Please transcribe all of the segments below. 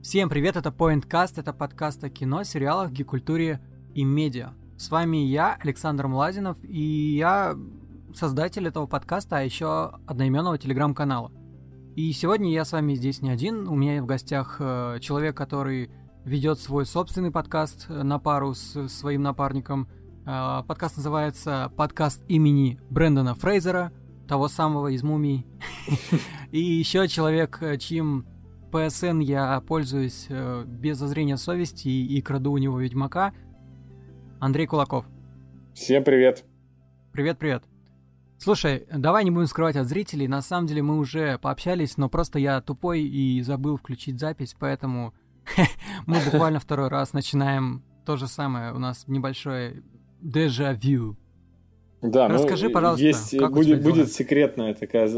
Всем привет, это PointCast, это подкаст о кино, сериалах, гик-культуре и медиа. С вами я, Александр Младинов, и я создатель этого подкаста, а еще одноименного телеграм-канала. И сегодня я с вами здесь не один, у меня в гостях человек, который ведет свой собственный подкаст на пару с своим напарником. Подкаст называется «Подкаст имени Брэндона Фрейзера», того самого из «Мумий». И еще человек, чьим PSN я пользуюсь без зазрения совести и краду у него Ведьмака, Андрей Кулаков. Всем привет. Привет. Слушай, давай не будем скрывать от зрителей, на самом деле мы уже пообщались, но просто я тупой и забыл включить запись, поэтому мы буквально второй раз начинаем то же самое, у нас небольшое дежавю. Да, расскажи, пожалуйста, как будет секретный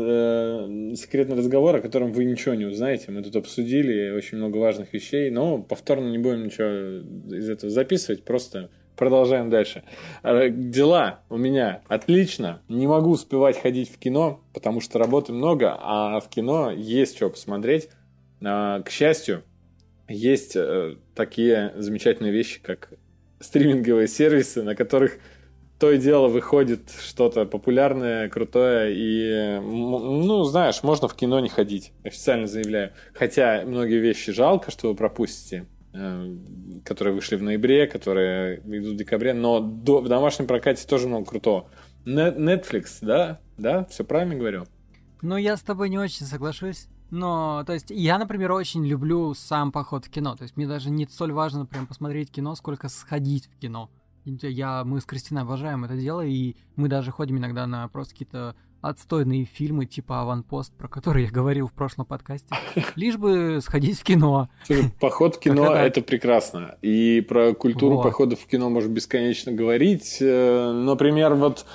разговор, о котором вы ничего не узнаете. Мы тут обсудили очень много важных вещей, но повторно не будем ничего из этого записывать, просто продолжаем дальше. Дела у меня отлично, не могу успевать ходить в кино, потому что работы много, а в кино есть что посмотреть. К счастью, есть такие замечательные вещи, как стриминговые сервисы, на которых то и дело выходит что-то популярное, крутое, и, знаешь, можно в кино не ходить, официально заявляю. Хотя многие вещи жалко, что вы пропустите, которые вышли в ноябре, которые идут в декабре, но в домашнем прокате тоже много крутого. Netflix, да, все правильно говорю? Ну, я с тобой не очень соглашусь. Но, то есть, я, например, очень люблю сам поход в кино. То есть, мне даже не столь важно прям посмотреть кино, сколько сходить в кино. Мы с Кристиной обожаем это дело, и мы даже ходим иногда на просто какие-то отстойные фильмы, типа «Аванпост», про который я говорил в прошлом подкасте, лишь бы сходить в кино. Слушай, поход в кино — это прекрасно. И про культуру походов в кино можно бесконечно говорить. Например,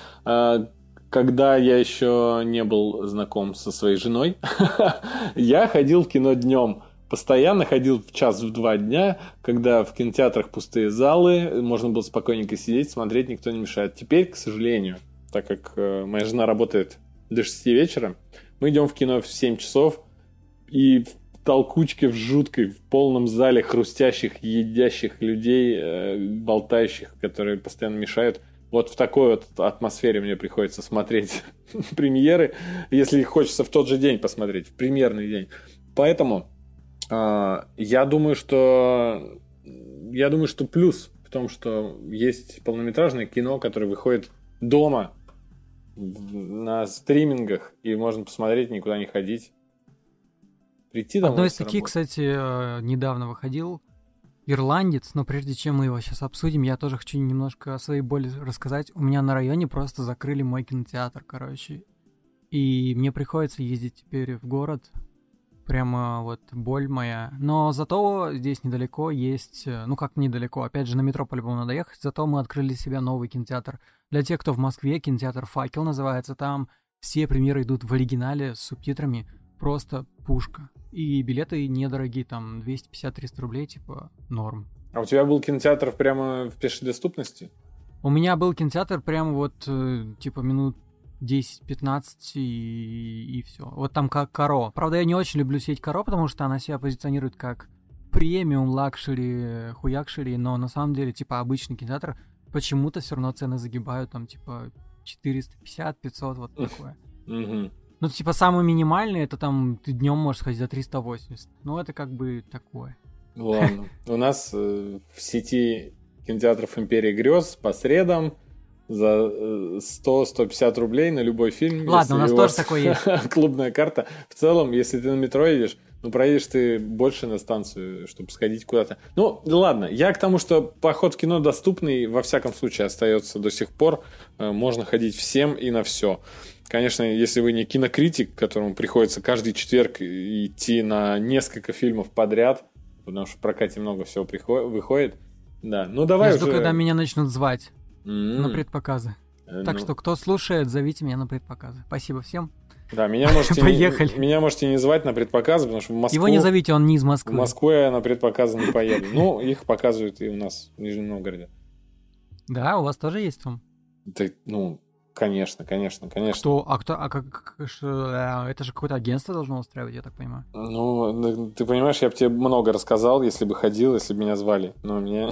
когда я еще не был знаком со своей женой, я ходил в кино днем. Постоянно ходил в час, в 2 дня, когда в кинотеатрах пустые залы, можно было спокойненько сидеть, смотреть, никто не мешает. Теперь, к сожалению, так как моя жена работает до 6 вечера, мы идем в кино в 7 часов, и в толкучке, в жуткой, в полном зале хрустящих, едящих людей, болтающих, которые постоянно мешают. Вот в такой вот атмосфере мне приходится смотреть премьеры, если их хочется в тот же день посмотреть, в премьерный день. Поэтому я думаю, что плюс в том, что есть полнометражное кино, которое выходит дома на стримингах, и можно посмотреть, никуда не ходить. Прийти домой. Одно из таких, кстати, недавно выходил «Ирландец», но прежде чем мы его сейчас обсудим, я тоже хочу немножко о своей боли рассказать. У меня на районе просто закрыли мой кинотеатр, и мне приходится ездить теперь в город. Прямо вот боль моя. Но зато здесь недалеко есть... недалеко. Опять же, на метро по-любому надо ехать. Зато мы открыли себе новый кинотеатр. Для тех, кто в Москве, кинотеатр «Факел» называется. Там все премьеры идут в оригинале с субтитрами. Просто пушка. И билеты недорогие, там 250-300 рублей, норм. А у тебя был кинотеатр прямо в пешей доступности? У меня был кинотеатр прямо минут 10-15 и все. Вот там как Каро. Правда, я не очень люблю сеть Каро, потому что она себя позиционирует как премиум, лакшери, хуякшери, но на самом деле, обычный кинотеатр почему-то все равно цены загибают, 450, 500, вот такое. Самый минимальный, это ты днем можешь сходить за 380. Это такое. Ладно. У нас в сети кинотеатров «Империя грез» по средам за 100-150 рублей на любой фильм. Ладно, у нас тоже такое есть. Клубная карта. В целом, если ты на метро едешь, проедешь ты больше на станцию, чтобы сходить куда-то. Ладно, я к тому, что поход в кино доступный, во всяком случае, остается до сих пор. Можно ходить всем и на все. Конечно, если вы не кинокритик, которому приходится каждый четверг идти на несколько фильмов подряд, потому что в прокате много всего выходит. Да, давай я жду, когда меня начнут звать. На предпоказы. Так что, кто слушает, зовите меня на предпоказы. Спасибо всем. Да, меня можете не звать на предпоказы, потому что в Москву... Его не зовите, он не из Москвы. В Москву я на предпоказы не поеду. Их показывают и у нас, в Нижнем Новгороде. Да, у вас тоже есть он? Конечно. Это же какое-то агентство должно устраивать, я так понимаю. Ну, ты понимаешь, я бы тебе много рассказал, если бы ходил, если бы меня звали. Но мне...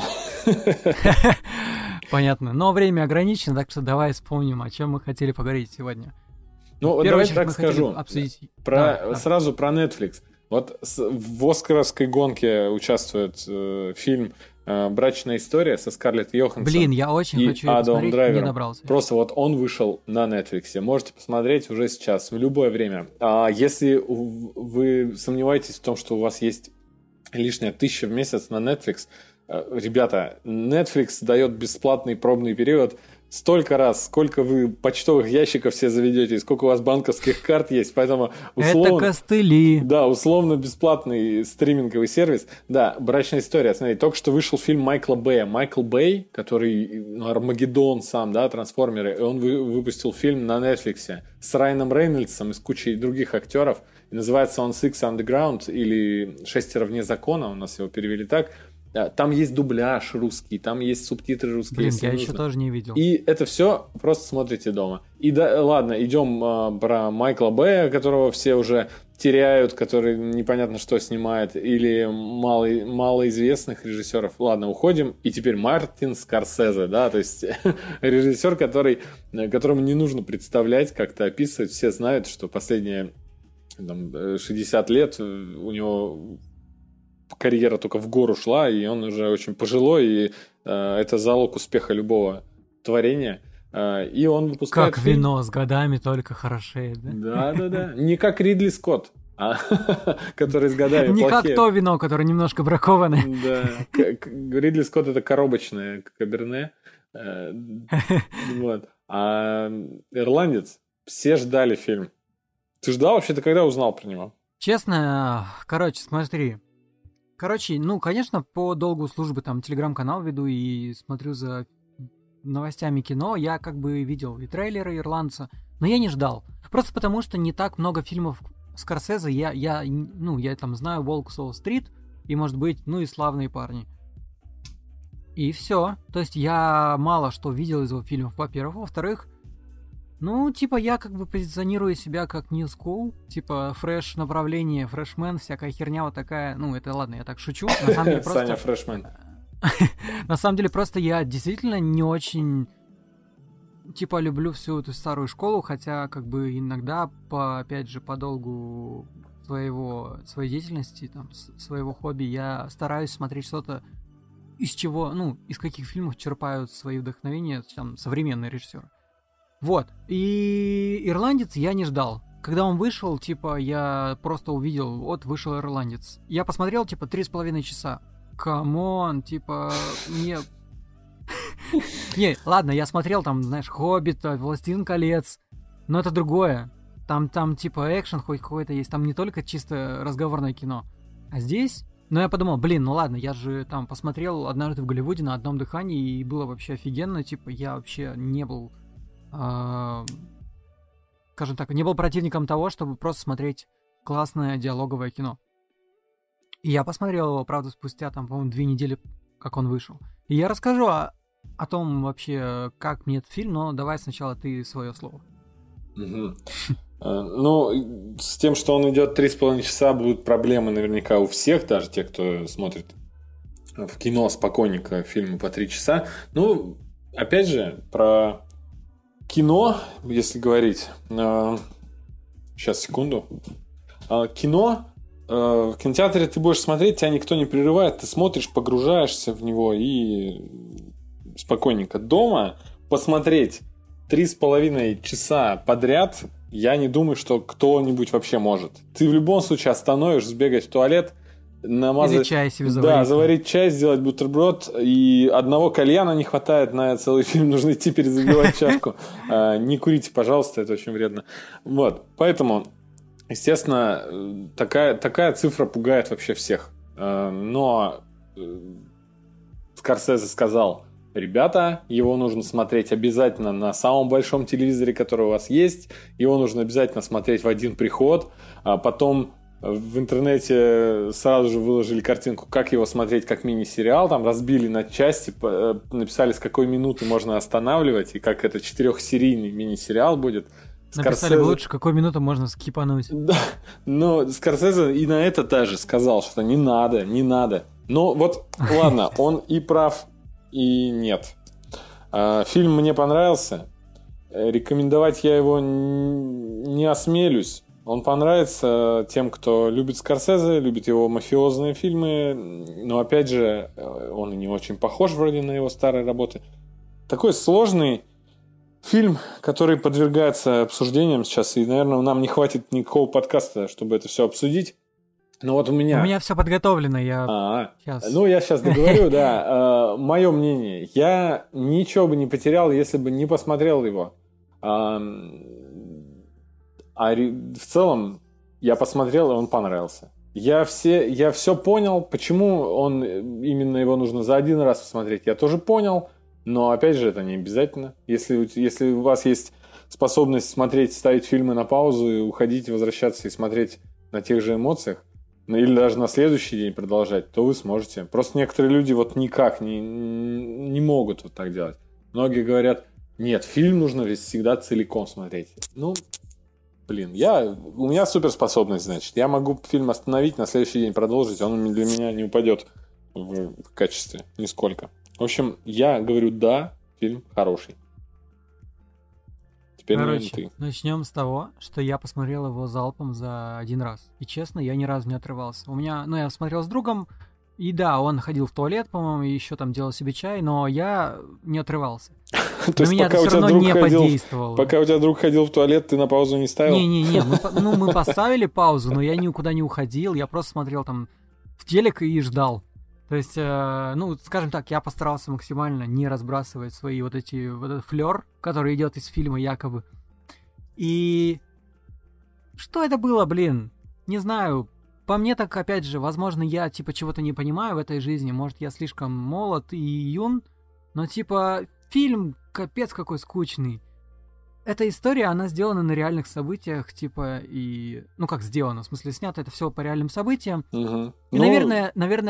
Понятно. Но время ограничено, так что давай вспомним, о чем мы хотели поговорить сегодня. Ну, давай так скажу. Сразу про Netflix. Вот в «Оскаровской гонке» участвует фильм «Брачная история» со Скарлетт Йоханссон. Блин, я очень хочу его посмотреть, не добрался. Просто вот он вышел на Netflix. Можете посмотреть уже сейчас, в любое время. А если вы сомневаетесь в том, что у вас есть лишняя 1000 в месяц на Netflix, ребята, Netflix дает бесплатный пробный период столько раз, сколько вы почтовых ящиков все заведете, сколько у вас банковских карт есть, поэтому это костыли. Да, условно бесплатный стриминговый сервис. Да, «Брачная история». Смотрите, только что вышел фильм Майкла Бэя. Майкл Бэй, который «Армагеддон» сам, да, «Трансформеры», и он выпустил фильм на Netflix с Райаном Рейнольдсом и с кучей других актеров. И называется он «Six Underground» или «Шестеро вне закона», у нас его перевели так. Там есть дубляж русский, там есть субтитры русские. Блин, я еще тоже не видел. И это все просто смотрите дома. И да, ладно, идем про Майкла Бэя, которого все уже теряют, который непонятно что снимает, или малоизвестных режиссеров. Ладно, уходим. И теперь Мартин Скорсезе, да, то есть режиссер, которому не нужно представлять, как-то описывать. Все знают, что последние 60 лет у него карьера только в гору шла, и он уже очень пожилой, и это залог успеха любого творения. И он выпускает как фильм. Вино с годами только хорошеет, да? Да. Не как Ридли Скотт, который с годами не плохеет. Не как то вино, которое немножко бракованное. Да. Ридли Скотт — это коробочное каберне. Вот. А «Ирландец» все ждали фильм. Ты ждал вообще? Ты когда узнал про него? Честно, смотри. Конечно, по долгу службы там телеграм-канал веду и смотрю за новостями кино. Я как бы видел и трейлеры «Ирландца», но я не ждал. Просто потому, что не так много фильмов Скорсезе. Я там знаю «Волк с Уолл-стрит» и, может быть, и «Славные парни». И все. То есть я мало что видел из его фильмов, во-первых. Во-вторых, я как бы позиционирую себя как New School, типа фреш-направление, фрешмен, всякая херня вот такая. Это ладно, я так шучу. На самом деле просто... Саня фрешмен. На самом деле просто я действительно не очень, люблю всю эту старую школу, хотя как бы иногда, опять же, по долгу своей деятельности, своего хобби, я стараюсь смотреть что-то, из каких фильмов черпают свои вдохновения современные режиссеры. Вот. И «Ирландец» я не ждал. Когда он вышел, я просто увидел, вышел «Ирландец». Я посмотрел, 3,5 часа. Камон, мне... Не, ладно, я смотрел «Хоббита», «Властелин колец», но это другое. Там экшен хоть какой-то есть, там не только чисто разговорное кино. А здесь... я подумал, ладно, я же посмотрел «Однажды в Голливуде» на одном дыхании, и было вообще офигенно, я вообще не был... скажем так, не был противником того, чтобы просто смотреть классное диалоговое кино. И я посмотрел его, правда, спустя, по-моему, 2 недели, как он вышел. И я расскажу о том вообще, как мне этот фильм, но давай сначала ты свое слово. С тем, что он идет 3,5 часа, будут проблемы наверняка у всех, даже тех, кто смотрит в кино спокойненько фильмы по 3 часа. Опять же, про... кино, если говорить, сейчас, секунду. Кино, в кинотеатре ты будешь смотреть, тебя никто не прерывает, ты смотришь, погружаешься в него и спокойненько. Дома посмотреть 3,5 часа подряд, я не думаю, что кто-нибудь вообще может. Ты в любом случае остановишь, сбегать в туалет, намазать... Или чай себе заварить. Да, заварить чай, сделать бутерброд. И одного кальяна не хватает на целый фильм. Нужно идти перезабивать чашку. Не курите, пожалуйста, это очень вредно. Вот, поэтому, естественно, такая цифра пугает вообще всех. Но Скорсезе сказал: ребята, его нужно смотреть обязательно на самом большом телевизоре, который у вас есть. Его нужно обязательно смотреть в один приход. А потом в интернете сразу же выложили картинку, как его смотреть как мини-сериал, там разбили на части, написали, с какой минуты можно останавливать, и как это 4-серийный мини-сериал будет. Написали бы лучше, какую минуту можно скипануть. Да, но Скорсезе и на это даже сказал, что не надо. Но вот, ладно, он и прав, и нет. Фильм мне понравился. Рекомендовать я его не осмелюсь. Он понравится тем, кто любит Скорсезе, любит его мафиозные фильмы. Но опять же, он и не очень похож вроде на его старые работы. Такой сложный фильм, который подвергается обсуждениям сейчас. И, наверное, нам не хватит никакого подкаста, чтобы это все обсудить. Но вот у меня... У меня все подготовлено, сейчас... Ну, я сейчас договорю, да. Мое мнение. Я ничего бы не потерял, если бы не посмотрел его. В целом, я посмотрел, и он понравился. Я все понял, почему именно его нужно за один раз посмотреть. Я тоже понял, но, опять же, это не обязательно. Если у вас есть способность смотреть, ставить фильмы на паузу и уходить, возвращаться и смотреть на тех же эмоциях, или даже на следующий день продолжать, то вы сможете. Просто некоторые люди вот никак не могут вот так делать. Многие говорят, нет, фильм нужно всегда целиком смотреть. Ну, блин, у меня суперспособность, значит. Я могу фильм остановить, на следующий день продолжить, он для меня не упадет в качестве нисколько. В общем, я говорю, да, фильм хороший. Теперь, короче, начнем с того, что я посмотрел его залпом за один раз. И честно, я ни разу не отрывался. Я смотрел с другом, и да, он ходил в туалет, по-моему, и еще там делал себе чай, но я не отрывался. То есть, пока у тебя друг не подействовало. Пока у тебя друг ходил в туалет, ты на паузу не ставил? Не-не-не, мы поставили паузу, но я никуда не уходил, я просто смотрел там в телек и ждал. То есть, скажем так, я постарался максимально не разбрасывать вот этот флёр, который идет из фильма якобы. И что это было, блин? Не знаю. По мне так, опять же, возможно, я чего-то не понимаю в этой жизни. Может, я слишком молод и юн. Но фильм капец какой скучный. Эта история, она сделана на реальных событиях, и... Ну, как сделано, в смысле, снято это все по реальным событиям. Угу. И, наверное,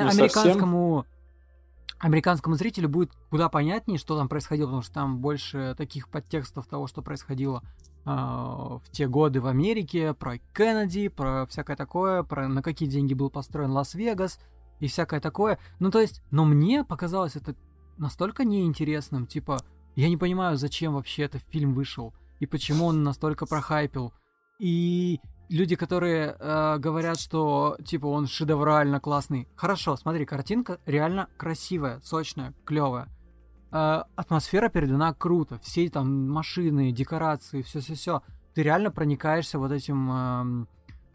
американскому зрителю будет куда понятнее, что там происходило, потому что там больше таких подтекстов того, что происходило в те годы в Америке, про Кеннеди, про всякое такое, про на какие деньги был построен Лас-Вегас и всякое такое. Но мне показалось это настолько неинтересным, я не понимаю, зачем вообще этот фильм вышел, и почему он настолько прохайпил. И люди, которые говорят, что, он шедеврально классный. Хорошо, смотри, картинка реально красивая, сочная, клевая. Атмосфера передана круто. Все там машины, декорации, все. Ты реально проникаешься вот этим,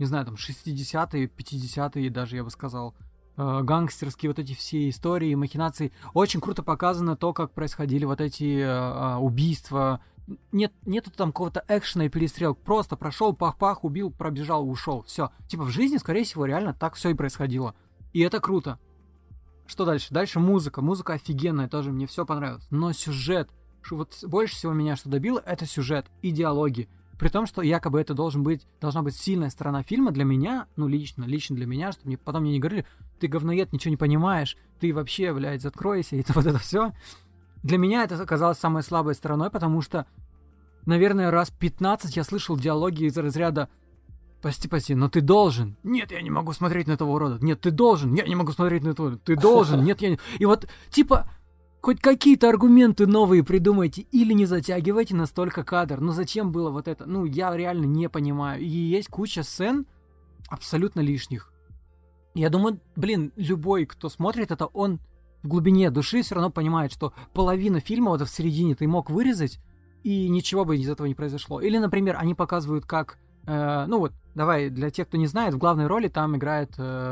60-е, 50-е даже, я бы сказал, гангстерские вот эти все истории, махинации. Очень круто показано то, как происходили вот эти убийства. Нету там какого-то экшена и перестрелок. Просто прошел, пах-пах, убил, пробежал, ушел. Все. В жизни, скорее всего, реально так все и происходило. И это круто. Что дальше? Дальше музыка. Музыка офигенная тоже, мне все понравилось. Но сюжет. Вот больше всего меня что добило, это сюжет и диалоги. При том, что якобы это должна быть сильная сторона фильма для меня, лично для меня, чтобы потом мне не говорили, ты говноед, ничего не понимаешь, ты вообще, блядь, закройся, и вот это все. Для меня это оказалось самой слабой стороной, потому что, наверное, раз 15 я слышал диалоги из разряда «Прости, но ты должен». «Нет, я не могу смотреть на этого урода». «Нет, ты должен». «Я не могу смотреть на этого урода». «Ты должен». «Нет, я не...» И вот, хоть какие-то аргументы новые придумайте или не затягивайте настолько кадр. Зачем было вот это? Я реально не понимаю. И есть куча сцен абсолютно лишних. Я думаю, любой, кто смотрит это, он в глубине души все равно понимает, что половина фильма вот в середине ты мог вырезать, и ничего бы из этого не произошло. Или, например, они показывают, как... давай, для тех, кто не знает, в главной роли там играет...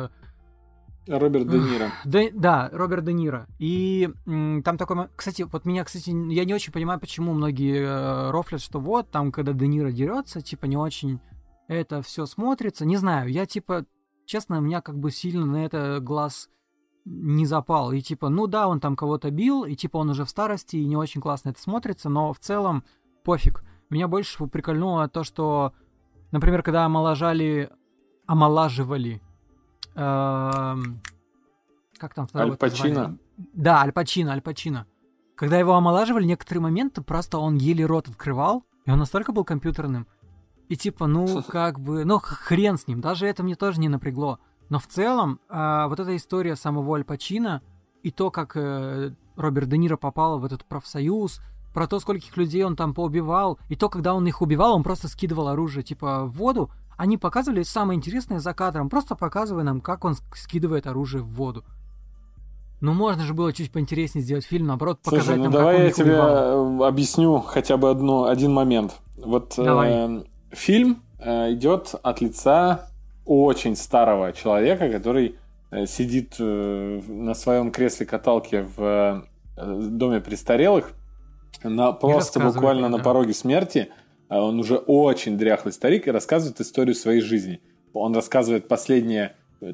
Роберт Де Ниро. Да, Роберт Де Ниро. И там такой... Кстати, я не очень понимаю, почему многие рофлят, что вот, там, когда Де Ниро дерется, не очень это все смотрится. Не знаю, я, честно, у меня сильно на это глаз не запал. И да, он там кого-то бил, и он уже в старости, и не очень классно это смотрится, но в целом пофиг. Меня больше прикольнуло то, что, например, когда омоложали омолаживали... как там второй? Аль Пачино? Да, Аль Пачино. Когда его омолаживали, некоторые моменты просто он еле рот открывал, и он настолько был компьютерным. И типа, хрен с ним, даже это мне тоже не напрягло. Но в целом, вот эта история самого Аль Пачино и то, как Роберт Де Ниро попал в этот профсоюз, про то, скольких людей он там поубивал, и то, когда он их убивал, он просто скидывал оружие, типа, в воду. Они показывали самое интересное за кадром, просто показывая нам, как он скидывает оружие в воду. Ну, можно же было чуть поинтереснее сделать фильм, наоборот, показать нам, как он их убивал. Давай я тебе объясню хотя бы один момент. Вот фильм идет от лица очень старого человека, который сидит на своем кресле-каталке в доме престарелых, просто буквально на пороге смерти. Он уже очень дряхлый старик и рассказывает историю своей жизни. Он рассказывает последние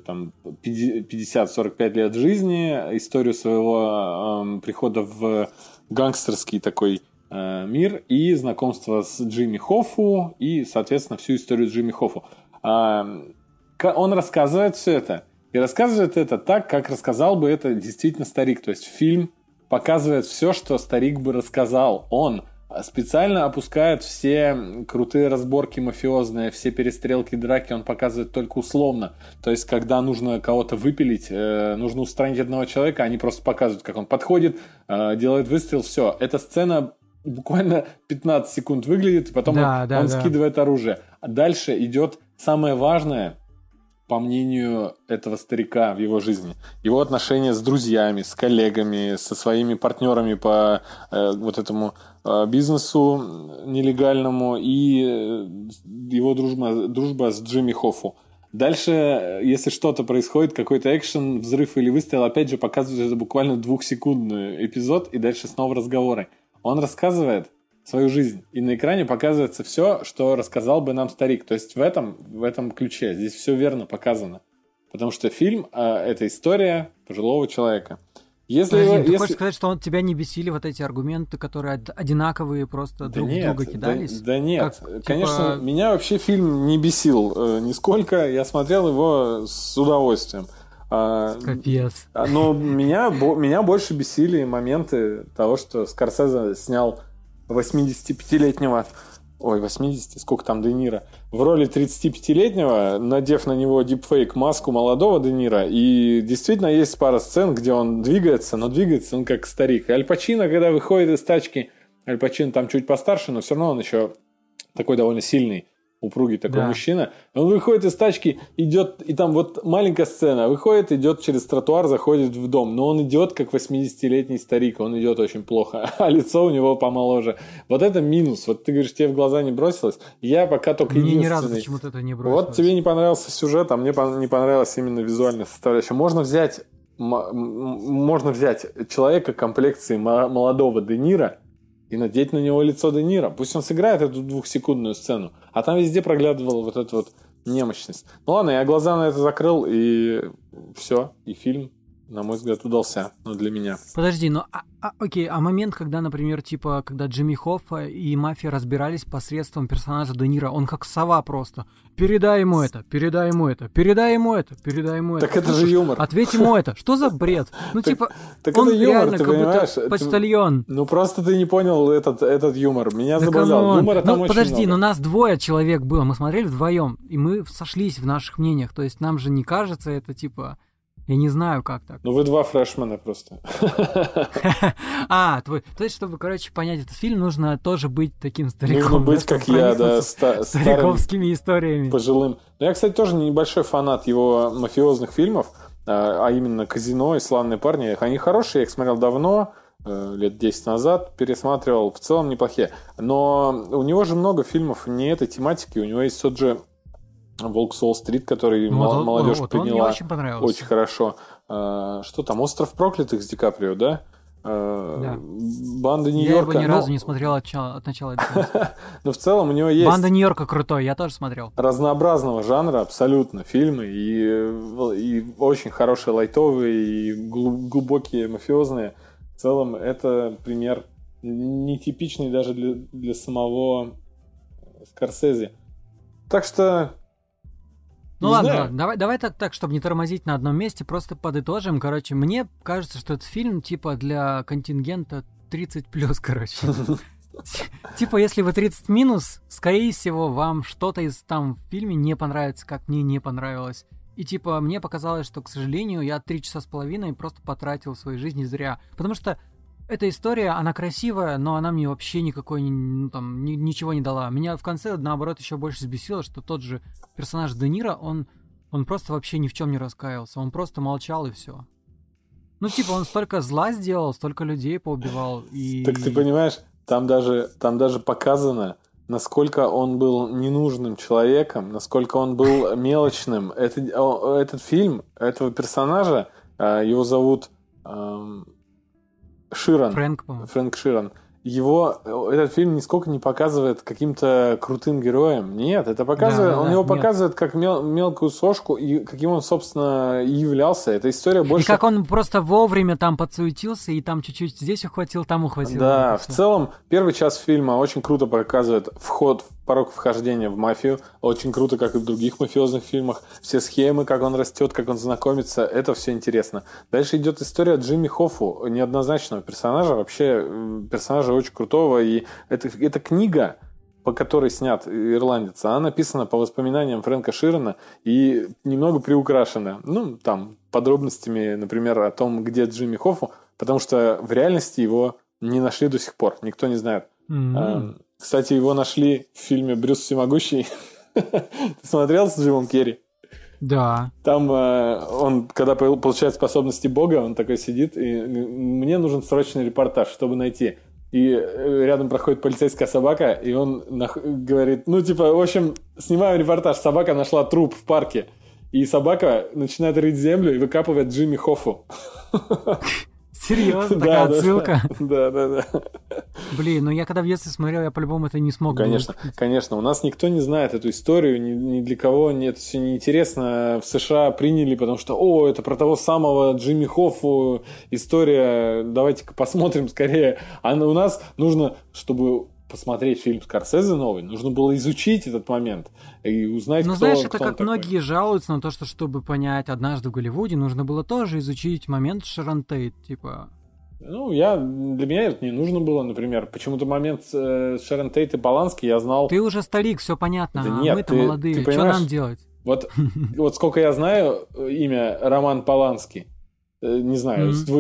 50-45 лет жизни, историю своего прихода в гангстерский такой мир и знакомство с Джимми Хоффу и, соответственно, всю историю Джимми Хоффу. Он рассказывает все это. И рассказывает это так, как рассказал бы это действительно старик. То есть фильм показывает все, что старик бы рассказал. Он специально опускает все крутые разборки мафиозные, все перестрелки, драки, он показывает только условно. То есть, когда нужно кого-то выпилить, нужно устранить одного человека, они просто показывают, как он подходит, делает выстрел, все. Эта сцена буквально 15 секунд выглядит, и потом он скидывает оружие. А дальше идет самое важное, по мнению этого старика в его жизни. Его отношения с друзьями, с коллегами, со своими партнерами по вот этому бизнесу нелегальному и его дружба с Джимми Хоффу. Дальше, если что-то происходит, какой-то экшен, взрыв или выстрел, опять же показывает это буквально 2-секундный эпизод, и дальше снова разговоры. Он рассказывает свою жизнь, и на экране показывается все, что рассказал бы нам старик. То есть в этом ключе здесь все верно показано. Потому что фильм это история пожилого человека. Ты хочешь сказать, что тебя не бесили вот эти аргументы, которые одинаковые, просто друг в друга кидались? Да нет, конечно, меня вообще фильм не бесил нисколько, я смотрел его с удовольствием. Капец. Но меня больше бесили моменты того, что Скорсезе снял 85-летнего, сколько там Де Ниро, в роли 35-летнего, надев на него дипфейк маску молодого Де Ниро, и действительно есть пара сцен, где он двигается, но двигается он как старик. И Аль Пачино, когда выходит из тачки, Аль Пачино там чуть постарше, но все равно он еще такой довольно сильный, упругий такой мужчина. Он выходит из тачки, идет, и там вот маленькая сцена, выходит, идет через тротуар, заходит в дом, но он идет как 80-летний старик, он идет очень плохо, а лицо у него помоложе. Вот это минус. Вот ты говоришь, тебе в глаза не бросилось. Я пока только единственный. Мне ни разу почему-то это не бросилось. Вот тебе не понравился сюжет, а мне не понравилась именно визуальная составляющая. Можно взять человека комплекции молодого Де Ниро и надеть на него лицо Де Ниро. Пусть он сыграет эту 2-секундную сцену. А там везде проглядывала вот эта вот немощность. Ну ладно, я глаза на это закрыл, и все. И фильм, на мой взгляд, удался. Но для меня. Подожди, окей, а момент, когда, например, типа, когда Джимми Хоффа и мафия разбирались посредством персонажа Де Ниро, он как сова просто. Передай ему это, передай ему это, передай ему это, передай ему это. Так это же юмор. Ответь ему это. Что за бред? Ну, типа, так он это юмор, реально ты как понимаешь? будто почтальон. Ну, просто ты не понял этот юмор. Меня забавлял. Юмора там очень подожди, много. но нас 2 человек было. Мы смотрели вдвоем, и мы сошлись в наших мнениях. То есть нам же не кажется это, типа... Я не знаю, как так. Ну, вы 2 фрешмена просто. То есть, чтобы, понять этот фильм, нужно тоже быть таким стариком. Нужно быть, как я, да, стариковскими историями. Пожилым. Но я, кстати, тоже небольшой фанат его мафиозных фильмов, а именно «Казино» и «Славные парни». Они хорошие, я их смотрел давно, лет 10 назад, пересматривал, в целом неплохие. Но у него же много фильмов не этой тематики, у него есть тот же «Волк с Уолл-стрит», который молодежь приняла очень хорошо. Что там, «Остров проклятых» с Ди Каприо, да? «Банда Нью-Йорка». Я его ни разу не смотрел от начала до конца. Но в целом у него есть... «Банда Нью-Йорка» крутой, я тоже смотрел. Разнообразного жанра абсолютно фильмы. И очень хорошие лайтовые, и глубокие мафиозные. В целом это пример нетипичный даже для самого Скорсезе. Так что... Ну ладно, давай так, чтобы не тормозить на одном месте, просто подытожим. Короче, мне кажется, что этот фильм типа для контингента 30+, короче. Типа, если вы 30-, скорее всего, вам что-то из там в фильме не понравится, как мне не понравилось. И типа, мне показалось, что, к сожалению, я 3 часа с половиной просто потратил в своей жизни зря. Потому что эта история, она красивая, но она мне вообще никакой, ничего не дала. Меня в конце, наоборот, еще больше взбесило, что тот же персонаж Де Ниро, он просто вообще ни в чем не раскаялся. Он просто молчал и все. Ну, типа, он столько зла сделал, столько людей поубивал. И... Так ты понимаешь, там даже показано, насколько он был ненужным человеком, насколько он был мелочным. Этот фильм, этого персонажа, его зовут Ширан. Фрэнк Ширан. Этот фильм нисколько не показывает каким-то крутым героем. Нет, это показывает, показывает как мелкую сошку, и каким он, собственно, и являлся. Эта история больше... И как он просто вовремя там подсуетился, и там чуть-чуть здесь ухватил, там ухватил. Да, в целом, первый час фильма очень круто показывает порог вхождения в мафию. Очень круто, как и в других мафиозных фильмах. Все схемы, как он растет, как он знакомится, это все интересно. Дальше идет история Джимми Хоффу, неоднозначного персонажа, вообще персонажа очень крутого. И эта книга, по которой снят «Ирландец», она написана по воспоминаниям Фрэнка Ширана и немного приукрашена. Ну, там, подробностями, например, о том, где Джимми Хоффу, потому что в реальности его не нашли до сих пор. Никто не знает. Кстати, его нашли в фильме «Брюс Всемогущий». Ты смотрел с Джимом Керри? Да. Там он, когда получает способности Бога, он такой сидит, и мне нужен срочный репортаж, чтобы найти. И рядом проходит полицейская собака, и он говорит, в общем, снимаю репортаж, собака нашла труп в парке. И собака начинает рыть землю и выкапывает Джимми Хоффу. Серьезно, такая отсылка? Да. Блин, я когда в детстве смотрел, я по-любому это не смог. Конечно. У нас никто не знает эту историю, ни для кого это все неинтересно. В США приняли, потому что, это про того самого Джимми Хоффу история, давайте-ка посмотрим скорее. А у нас нужно, чтобы посмотреть фильм Скорсезе новый, нужно было изучить этот момент и узнать, кто он. Знаешь, это как многие жалуются на то, что чтобы понять «Однажды в Голливуде», нужно было тоже изучить момент Шэрон Тейт, типа... для меня это не нужно было, например. Почему-то момент Шэрон Тейт и Полански я знал... Ты уже старик, все понятно, да нет, мы-то молодые, что нам делать? Вот сколько я знаю имя Роман Полански, не знаю, с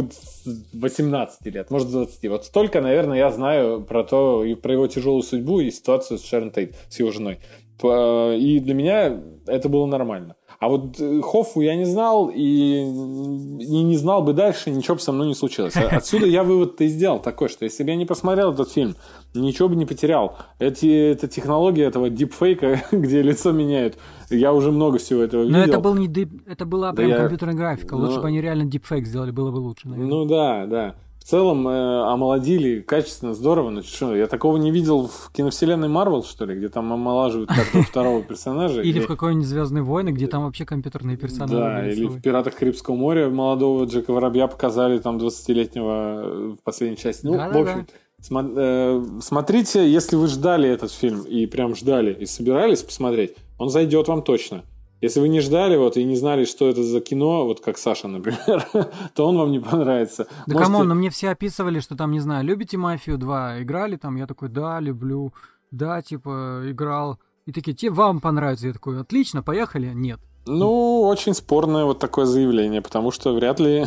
18 лет, может, с 20. Вот столько, наверное, я знаю про его тяжелую судьбу и ситуацию с Шэрон Тейт, с его женой. И для меня это было нормально. А вот Хоффу я не знал, и не знал бы дальше, ничего бы со мной не случилось. Отсюда я вывод-то и сделал такой, что если бы я не посмотрел этот фильм, ничего бы не потерял. Это технология этого дипфейка, где лицо меняют. Я уже много всего этого видел. Но это была прям компьютерная графика. Лучше бы они реально дипфейк сделали, было бы лучше, наверное. Да. В целом омолодили качественно, здорово. Но что, я такого не видел в киновселенной Марвел, что ли, где там омолаживают каждого второго персонажа. Или в какой-нибудь «Звездные войны», где там вообще компьютерные персонажи. Да, или в «Пиратах Карибского моря» молодого Джека Воробья показали, там 20-летнего в последней части. В общем, смотрите, если вы ждали этот фильм, и прям ждали, и собирались посмотреть, он зайдет вам точно. Если вы не ждали и не знали, что это за кино, как Саша, например, то он вам не понравится. Да камон, но мне все описывали, что там, не знаю, любите «Мафию 2», играли там, я такой, да, люблю, да, играл. И такие, вам понравится, я такой, отлично, поехали, нет. Очень спорное такое заявление, потому что вряд ли...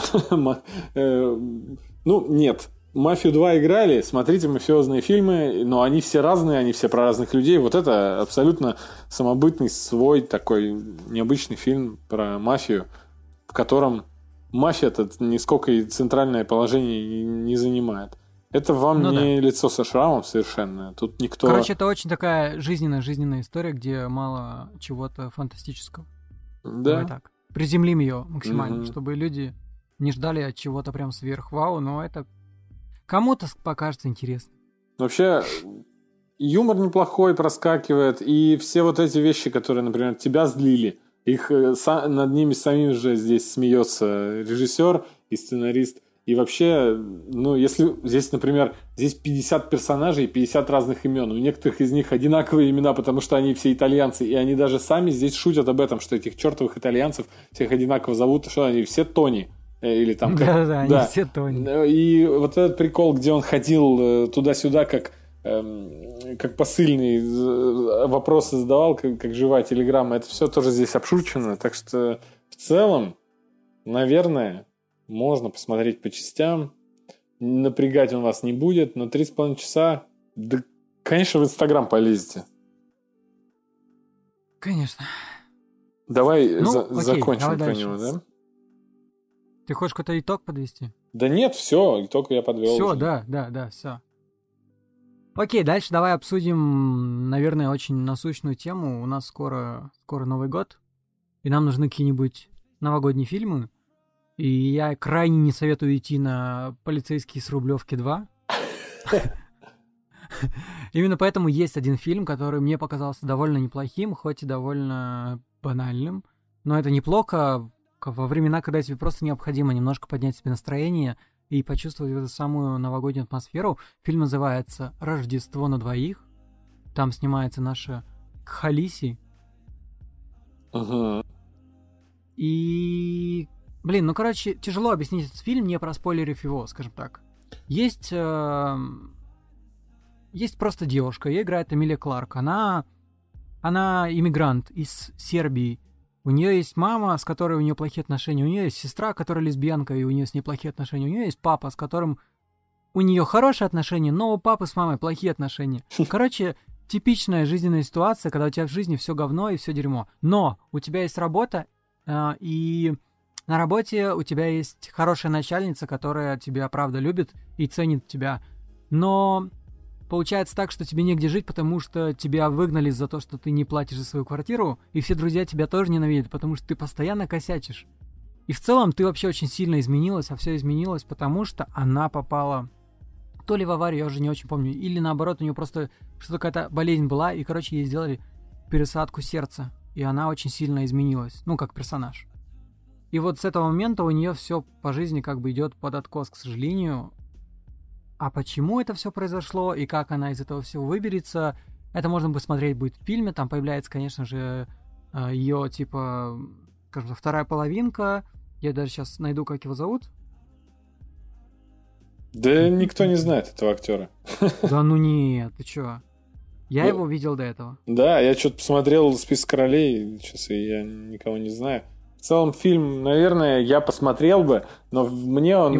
нет. «Мафию 2» играли, смотрите мафиозные фильмы, но они все разные, они все про разных людей. Вот это абсолютно самобытный, свой такой необычный фильм про мафию, в котором мафия-то нисколько и центральное положение не занимает. Это вам не лицо со шрамом совершенно. Тут никто... Короче, это очень такая жизненная история, где мало чего-то фантастического. Да. Давай так. Приземлим ее максимально, чтобы люди не ждали от чего-то прям сверх-вау, но это... Кому-то покажется интересно. Вообще, юмор неплохой проскакивает, и все эти вещи, которые, например, тебя злили, их над ними самим же здесь смеется режиссер и сценарист. И вообще, ну, если здесь, например, здесь 50 персонажей и 50 разных имен. У некоторых из них одинаковые имена, потому что они все итальянцы. И они даже сами здесь шутят об этом, что этих чертовых итальянцев всех одинаково зовут, что они все Тони. Или там... Да-да, они все Тони. И вот этот прикол, где он ходил туда-сюда, как посыльный, вопросы задавал, как живая телеграмма, это все тоже здесь обшучено. Так что в целом, наверное, можно посмотреть по частям. Напрягать он вас не будет, но 3,5 часа, да, конечно, в Инстаграм полезете. Конечно. Давай закончим про него, да? Ты хочешь какой-то итог подвести? Да нет, все, итог я подвел. Все, уже. да, все. Окей, дальше давай обсудим, наверное, очень насущную тему. У нас скоро Новый год, и нам нужны какие-нибудь новогодние фильмы. И я крайне не советую идти на «Полицейские с Рублевки 2». Именно поэтому есть один фильм, который мне показался довольно неплохим, хоть и довольно банальным. Но это неплохо во времена, когда тебе просто необходимо немножко поднять себе настроение и почувствовать эту самую новогоднюю атмосферу. Фильм называется «Рождество на двоих». Там снимается наша Кхалиси. И... Блин, тяжело объяснить этот фильм, не проспойлерив его, скажем так. Есть просто девушка, ее играет Эмилия Кларк. Она иммигрант из Сербии. У нее есть мама, с которой у нее плохие отношения. У нее есть сестра, которая лесбиянка, и у нее с ней плохие отношения. У нее есть папа, с которым у нее хорошие отношения, но у папы с мамой плохие отношения. Короче, типичная жизненная ситуация, когда у тебя в жизни все говно и все дерьмо. Но у тебя есть работа, и на работе у тебя есть хорошая начальница, которая тебя, правда, любит и ценит тебя. Но получается так, что тебе негде жить, потому что тебя выгнали за то, что ты не платишь за свою квартиру, и все друзья тебя тоже ненавидят, потому что ты постоянно косячишь. И в целом ты вообще очень сильно изменилась, а все изменилось, потому что она попала то ли в аварию, я уже не очень помню, или наоборот, у нее просто что-то какая-то болезнь была, и, короче, ей сделали пересадку сердца, и она очень сильно изменилась, ну, как персонаж. И вот с этого момента у нее все по жизни как бы идет под откос, к сожалению. А почему это все произошло и как она из этого всего выберется, это можно посмотреть будет в фильме. Там появляется, конечно же, ее, типа, скажем так, вторая половинка. Я даже сейчас найду, как его зовут. Да никто не знает этого актера. Да ну нет, ты чё? Я его видел до этого. Да, я что-то посмотрел «Список королей», сейчас я никого не знаю. В целом фильм, наверное, я посмотрел бы, но мне он...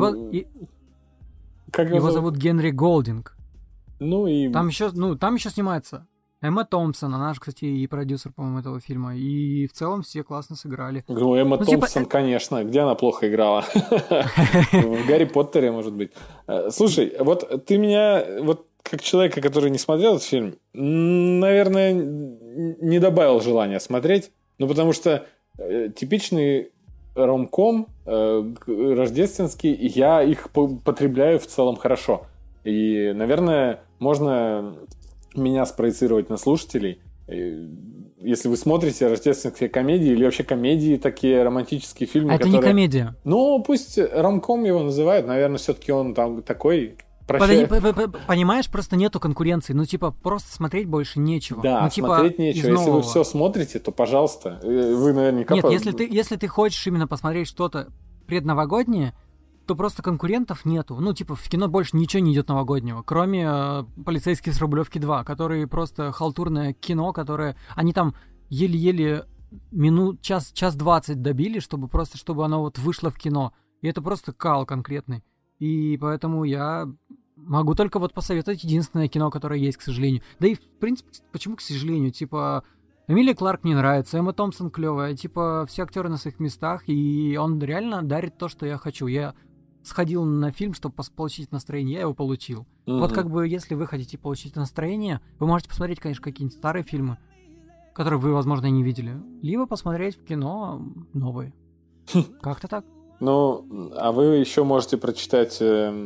Его зовут Генри Голдинг. Ну и... Там еще снимается Эмма Томпсон, она же, кстати, и продюсер, по-моему, этого фильма. И в целом все классно сыграли. Ну, Эмма Томпсон, конечно. Где она плохо играла? В «Гарри Поттере», может быть. Слушай, вот ты меня, вот как человека, который не смотрел этот фильм, наверное, не добавил желания смотреть. Ну, потому что типичный ромком рождественский, я их потребляю в целом хорошо. И, наверное, можно меня спроецировать на слушателей. Если вы смотрите рождественские комедии или вообще комедии, такие романтические фильмы, это которые... не комедия. Ну, пусть ромком его называют. Наверное, все-таки он там такой... Понимаешь, просто нету конкуренции. Ну, типа, просто смотреть больше нечего. Да, ну, типа, смотреть нечего. Если вы все смотрите, то, пожалуйста, вы наверняка... Нет, если ты хочешь именно посмотреть что-то предновогоднее, то просто конкурентов нету. Ну, типа, в кино больше ничего не идет новогоднего, кроме «Полицейских с Рублевки 2», которые просто халтурное кино, которое... Они там еле-еле час 20 добили, чтобы оно вот вышло в кино. И это просто кал конкретный. И поэтому я могу только вот посоветовать единственное кино, которое есть, к сожалению. Да и, в принципе, почему к сожалению? Типа, Эмилия Кларк мне нравится, Эмма Томпсон клевая, типа, все актеры на своих местах, и он реально дарит то, что я хочу. Я сходил на фильм, чтобы получить настроение, я его получил. Вот как бы, если вы хотите получить настроение, вы можете посмотреть, конечно, какие-нибудь старые фильмы, которые вы, возможно, не видели, либо посмотреть в кино новые. Как-то так. Ну, а вы еще можете прочитать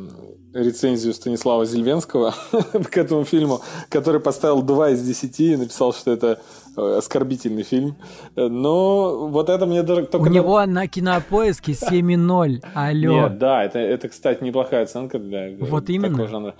рецензию Станислава Зельвенского к этому фильму, который поставил 2 из 10 и написал, что это оскорбительный фильм. Но вот это мне даже... У него на Кинопоиске 7,0. Алло. Нет, да, это, кстати, неплохая оценка для такого жанра.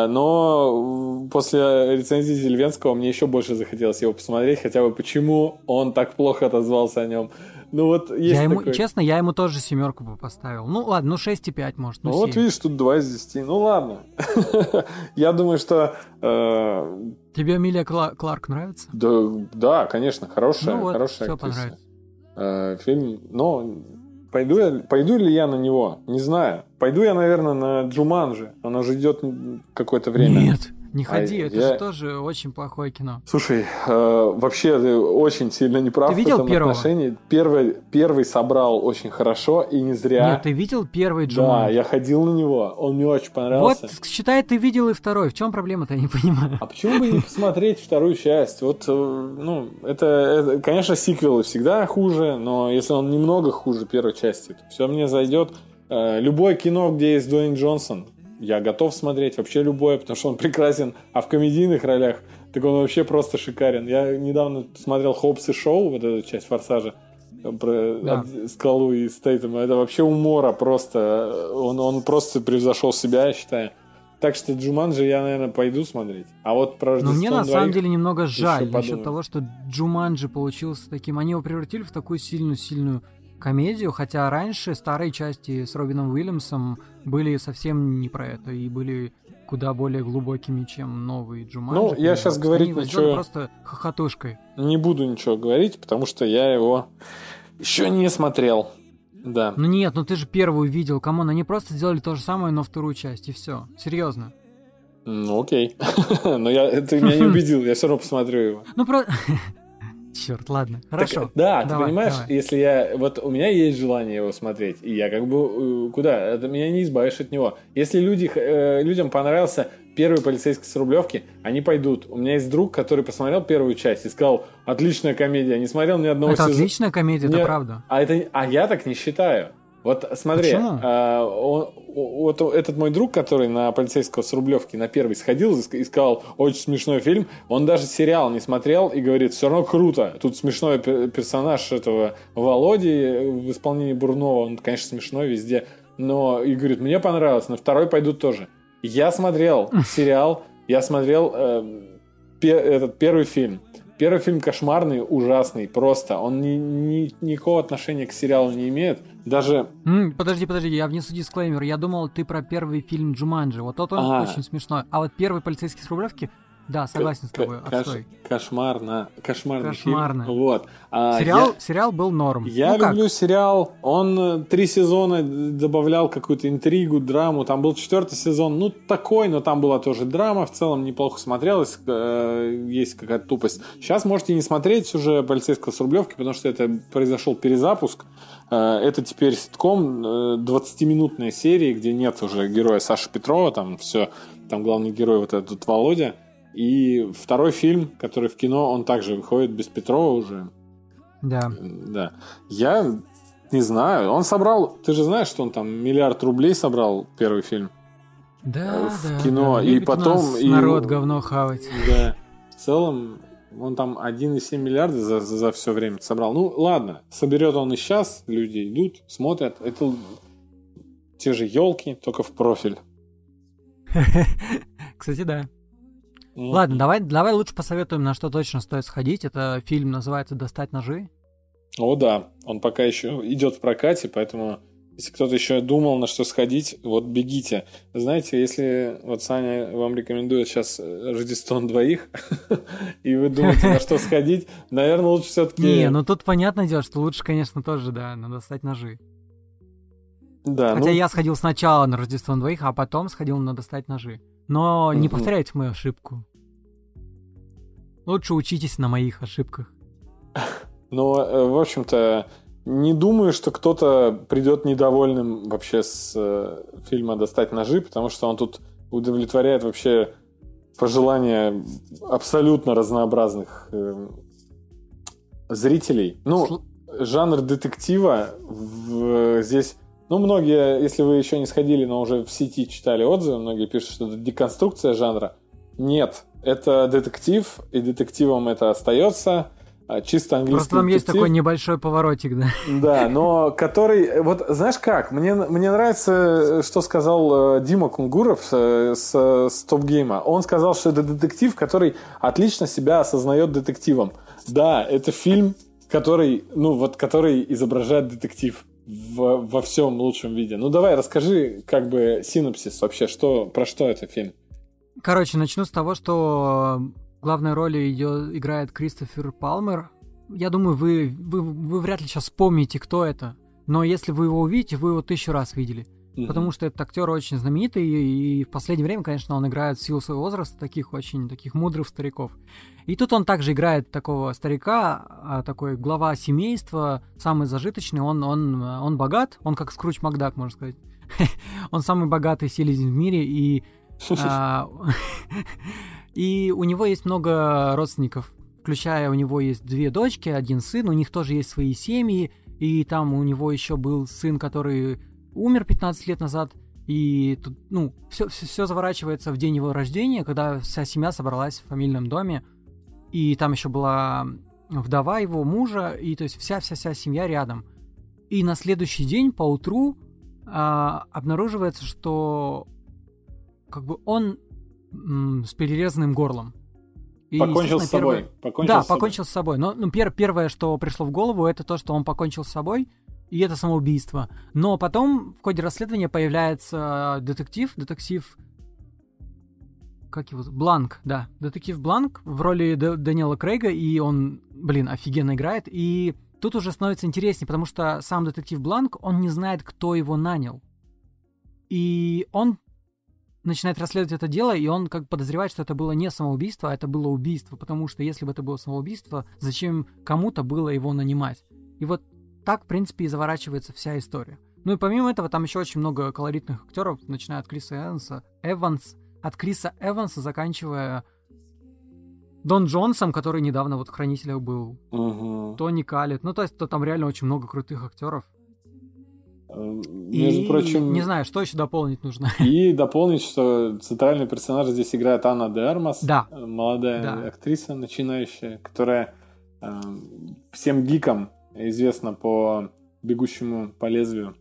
Но после рецензии Зельвенского мне еще больше захотелось его посмотреть, хотя бы почему он так плохо отозвался о нем. Ну вот есть такой... Честно, я ему тоже 7 бы поставил. Ну ладно, 6,5 может, 7. Вот видишь, тут 2 из 10. Ну ладно. Я думаю, что... Тебе Эмилия Кларк нравится? Да, конечно, хорошая все актриса. Фильм, но пойду ли я на него? Не знаю. Пойду я, наверное, на Джуманджи. Она уже идет какое-то время. Нет. Не ходи, это же тоже очень плохое кино. Слушай, вообще ты очень сильно не прав в этом отношении. Первый собрал очень хорошо и не зря. Нет, ты видел первый Джуманджи? Да, я ходил на него, он мне очень понравился. Вот, считай, ты видел и второй. В чем проблема-то, я не понимаю. А почему бы не посмотреть вторую часть? Вот, это, конечно, сиквелы всегда хуже, но если он немного хуже первой части, то все мне зайдет. Любое кино, где есть Дуэйн Джонсон, я готов смотреть вообще любое, потому что он прекрасен. А в комедийных ролях, так он вообще просто шикарен. Я недавно смотрел «Хоббс и Шоу», вот эту часть «Форсажа», про Скалу и Стейтема. Это вообще умора просто. Он просто превзошел себя, я считаю. Так что Джуманджи я, наверное, пойду смотреть. А вот про Рождество мне на самом деле немного жаль насчет того, что Джуманджи получился таким. Они его превратили в такую сильную комедию, хотя раньше старые части с Робином Уильямсом были совсем не про это и были куда более глубокими, чем новые Джуманджи. Ну, я сейчас говорить ничего... просто хохотушкой. Не буду ничего говорить, потому что я его еще не смотрел. Да. Ну нет, ты же первую видел, камон, они просто сделали то же самое, но вторую часть, и все. Серьезно. Ну окей. Но ты меня не убедил, я все равно посмотрю его. Черт, ладно, хорошо. Так, да, давай, ты понимаешь, если вот у меня есть желание его смотреть, и я куда? Это меня не избавишь от него. Если людям понравился первый полицейский с Рублевки, они пойдут. У меня есть друг, который посмотрел первую часть и сказал: отличная комедия, не смотрел ни одного сезона. Это отличная комедия, это правда. А я так не считаю. Вот смотри, вот этот мой друг, который на полицейского с Рублевки на первый сходил и сказал: очень смешной фильм, он даже сериал не смотрел и говорит: все равно круто. Тут смешной персонаж этого Володи в исполнении Бурнова, он, конечно, смешной везде, но и говорит: мне понравилось, на второй пойдут тоже. Я смотрел сериал, я смотрел этот первый фильм. Первый фильм кошмарный, ужасный, просто. Он никакого отношения к сериалу не имеет. Даже... Подожди, я внесу дисклеймер. Я думал, ты про первый фильм Джуманджи. Вот тот он очень смешной. А вот первый полицейский с Рублевки... Да, согласен с тобой. Отстой. Кошмарный фильм. Вот. Сериал был норм. Я люблю сериал. Он 3 сезона добавлял какую-то интригу, драму. Там был 4-й сезон. Такой, но там была тоже драма. В целом неплохо смотрелось. Есть какая-то тупость. Сейчас можете не смотреть уже «Полицейского с Рублевки», потому что это произошел перезапуск. Это теперь ситком 20-минутной серии, где нет уже героя Саши Петрова. Там все. Там главный герой вот этот Володя. И второй фильм, который в кино, он также выходит без Петрова уже. Да. Я не знаю. Он собрал... Ты же знаешь, что он там 1 миллиард рублей собрал, первый фильм? В кино. Да. И потом... народ говно хавать. Да. В целом, он там 1,7 миллиарда за все время собрал. Ну, ладно. Соберет он и сейчас. Люди идут, смотрят. Это те же елки, только в профиль. Кстати, да. Ладно, давай лучше посоветуем, на что точно стоит сходить. Это фильм называется «Достать ножи». О, да. Он пока еще идет в прокате, поэтому если кто-то еще думал, на что сходить, вот бегите. Знаете, если вот Саня вам рекомендует сейчас «Рождество на двоих», и вы думаете, на что сходить, наверное, лучше все-таки... Не, тут понятное дело, что лучше, конечно, тоже, да, на «Достать ножи». Да, Хотя я сходил сначала на «Рождество на двоих», а потом сходил на «Достать ножи». Но не повторяйте мою ошибку. Лучше учитесь на моих ошибках. Ну, в общем-то, не думаю, что кто-то придет недовольным вообще с фильма «Достать ножи», потому что он тут удовлетворяет вообще пожелания абсолютно разнообразных зрителей. Жанр детектива здесь Ну, многие, если вы еще не сходили, но уже в сети читали отзывы, многие пишут, что это деконструкция жанра. Нет, это детектив, и детективом это остается. Чисто английский просто там детектив. Есть такой небольшой поворотик, да. Да, но который... Вот знаешь как? Мне нравится, что сказал Дима Кунгуров с Топ-Гейма. Он сказал, что это детектив, который отлично себя осознает детективом. Да, это фильм, который изображает детектив во всем лучшем виде. Ну давай, расскажи как бы синопсис вообще, про что это фильм? Короче, начну с того, что главной роли играет Кристофер Палмер. Я думаю, вы вряд ли сейчас вспомните, кто это. Но если вы его увидите, вы его 1000 раз видели. Потому что этот актер очень знаменитый, и в последнее время, конечно, он играет в силу своего возраста таких мудрых стариков. И тут он также играет такого старика, такой глава семейства, самый зажиточный, он богат, он как Скрудж Макдак, можно сказать. Он самый богатый селезень в мире, и у него есть много родственников, включая у него есть 2 дочки, 1 сын, у них тоже есть свои семьи, и там у него еще был сын, который умер 15 лет назад, и тут, все заворачивается в день его рождения, когда вся семья собралась в фамильном доме, и там еще была вдова его мужа, и то есть вся семья рядом. И на следующий день поутру обнаруживается, что как бы он с перерезанным горлом. И, покончил с собой. Покончил с собой. Но первое, что пришло в голову, это то, что он покончил с собой, и это самоубийство. Но потом в ходе расследования появляется детектив как его? Бланк, да. Детектив Бланк в роли Дэниела Крейга, и он, офигенно играет. И тут уже становится интереснее, потому что сам детектив Бланк, он не знает, кто его нанял. И он начинает расследовать это дело, и он как бы подозревает, что это было не самоубийство, а это было убийство, потому что если бы это было самоубийство, зачем кому-то было его нанимать? И вот так, в принципе, и заворачивается вся история. Ну и помимо этого, там еще очень много колоритных актеров, начиная от Криса Эванса, заканчивая Дон Джонсом, который недавно в «Хранителях» был, Тони Коллетт, то есть там реально очень много крутых актеров. Между прочим, не знаю, что еще дополнить нужно. И дополнить, что центральный персонаж здесь играет Анна де Армас, молодая актриса, начинающая, которая всем гикам известна по «Бегущему по лезвию»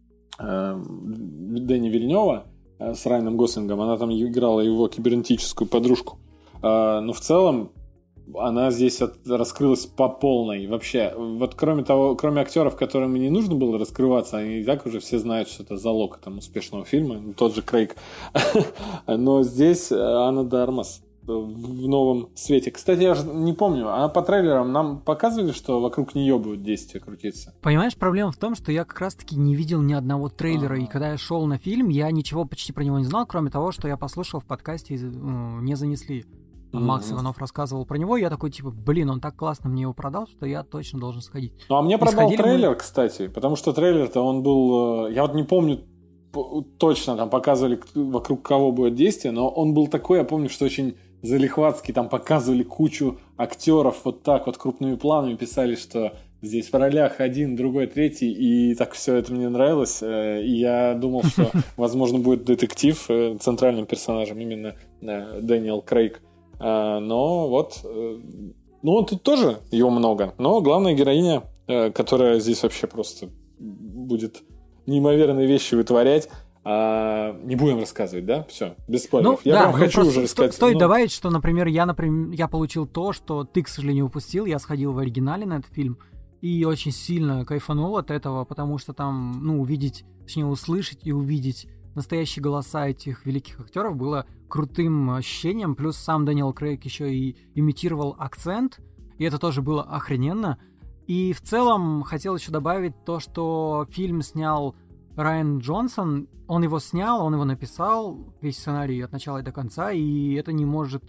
Дэни Вильнёва с Райаном Гослингом. Она там играла его кибернетическую подружку. Но в целом она здесь раскрылась по полной. Вообще, вот кроме актеров, которым и не нужно было раскрываться, они и так уже все знают, что это залог там успешного фильма. Тот же Крейг. Но здесь Анна де Армас в новом свете. Кстати, я же не помню, а по трейлерам нам показывали, что вокруг нее будет действие крутиться? Понимаешь, проблема в том, что я как раз-таки не видел ни одного трейлера, и когда я шел на фильм, я ничего почти про него не знал, кроме того, что я послушал в подкасте «Не занесли». Макс Иванов рассказывал про него, я такой, он так классно мне его продал, что я точно должен сходить. Ну, а мне продал трейлер, кстати, потому что трейлер-то он был... Я вот не помню точно, там показывали, вокруг кого будет действие, но он был такой, я помню, что очень залихватский, там показывали кучу актеров вот так вот крупными планами, писали, что здесь в ролях один, другой, третий, и так все это мне нравилось, и я думал, что, возможно, будет детектив центральным персонажем, именно Дэниел Крейг. Но вот, тут тоже его много, но главная героиня, которая здесь вообще просто будет неимоверные вещи вытворять, не будем рассказывать, да? Все, без спойлеров. Я хочу уже рассказать. Стоит добавить, что, например, я получил то, что ты, к сожалению, упустил. Я сходил в оригинале на этот фильм и очень сильно кайфанул от этого, потому что там, услышать и увидеть настоящие голоса этих великих актеров было крутым ощущением. Плюс сам Дэниел Крейг еще и имитировал акцент, и это тоже было охрененно. И в целом хотел еще добавить то, что фильм снял Райан Джонсон. Он его снял, он его написал, весь сценарий от начала и до конца, и это не может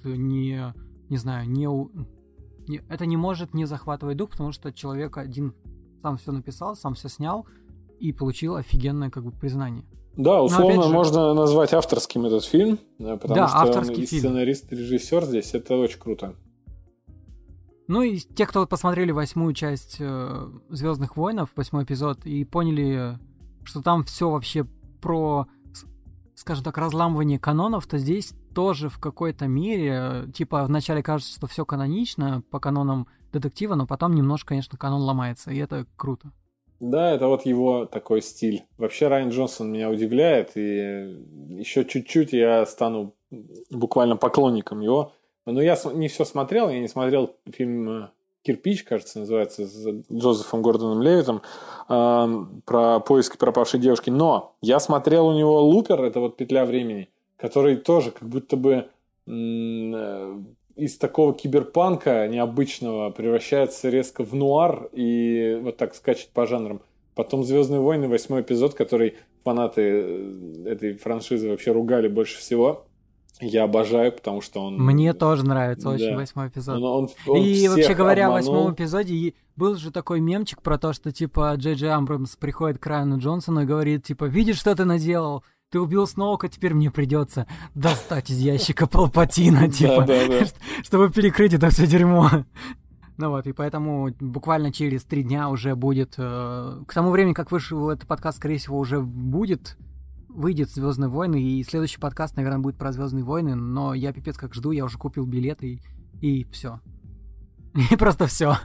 это не может не захватывать дух, потому что человек один сам все написал, сам все снял и получил офигенное признание. Да, условно можно назвать авторским этот фильм, потому что он и сценарист, и режиссер здесь, это очень круто. Ну и те, кто посмотрели 8-ю часть «Звездных войнов», 8-й эпизод, и поняли что там все вообще про, скажем так, разламывание канонов, то здесь тоже в какой-то мере, типа, вначале кажется, что все канонично по канонам детектива, но потом немножко, конечно, канон ломается, и это круто. Да, это вот его такой стиль. Вообще Райан Джонсон меня удивляет, и еще чуть-чуть я стану буквально поклонником его. Но я не все смотрел, я не смотрел фильм «Кирпич», кажется, называется, с Джозефом Гордоном Левиттом, про поиски пропавшей девушки. Но я смотрел у него «Лупер», это вот «Петля времени», который тоже как будто бы из такого киберпанка необычного превращается резко в нуар и вот так скачет по жанрам. Потом «Звездные войны», 8-й эпизод, который фанаты этой франшизы вообще ругали больше всего. Я обожаю, потому что он... Мне тоже нравится очень 8-й эпизод. Он и вообще говоря, в 8-м эпизоде был же такой мемчик про то, что типа Джей Джей Абрамс приходит к Райану Джонсону и говорит, типа, видишь, что ты наделал? Ты убил Сноука, теперь мне придется достать из ящика Палпатина, типа, чтобы перекрыть это все дерьмо. Ну вот, и поэтому буквально через 3 дня уже будет... К тому времени, как вышел этот подкаст, скорее всего, уже выйдет «Звездные войны», и следующий подкаст, наверное, будет про «Звездные войны», но я пипец как жду, я уже купил билеты, и все. И просто все.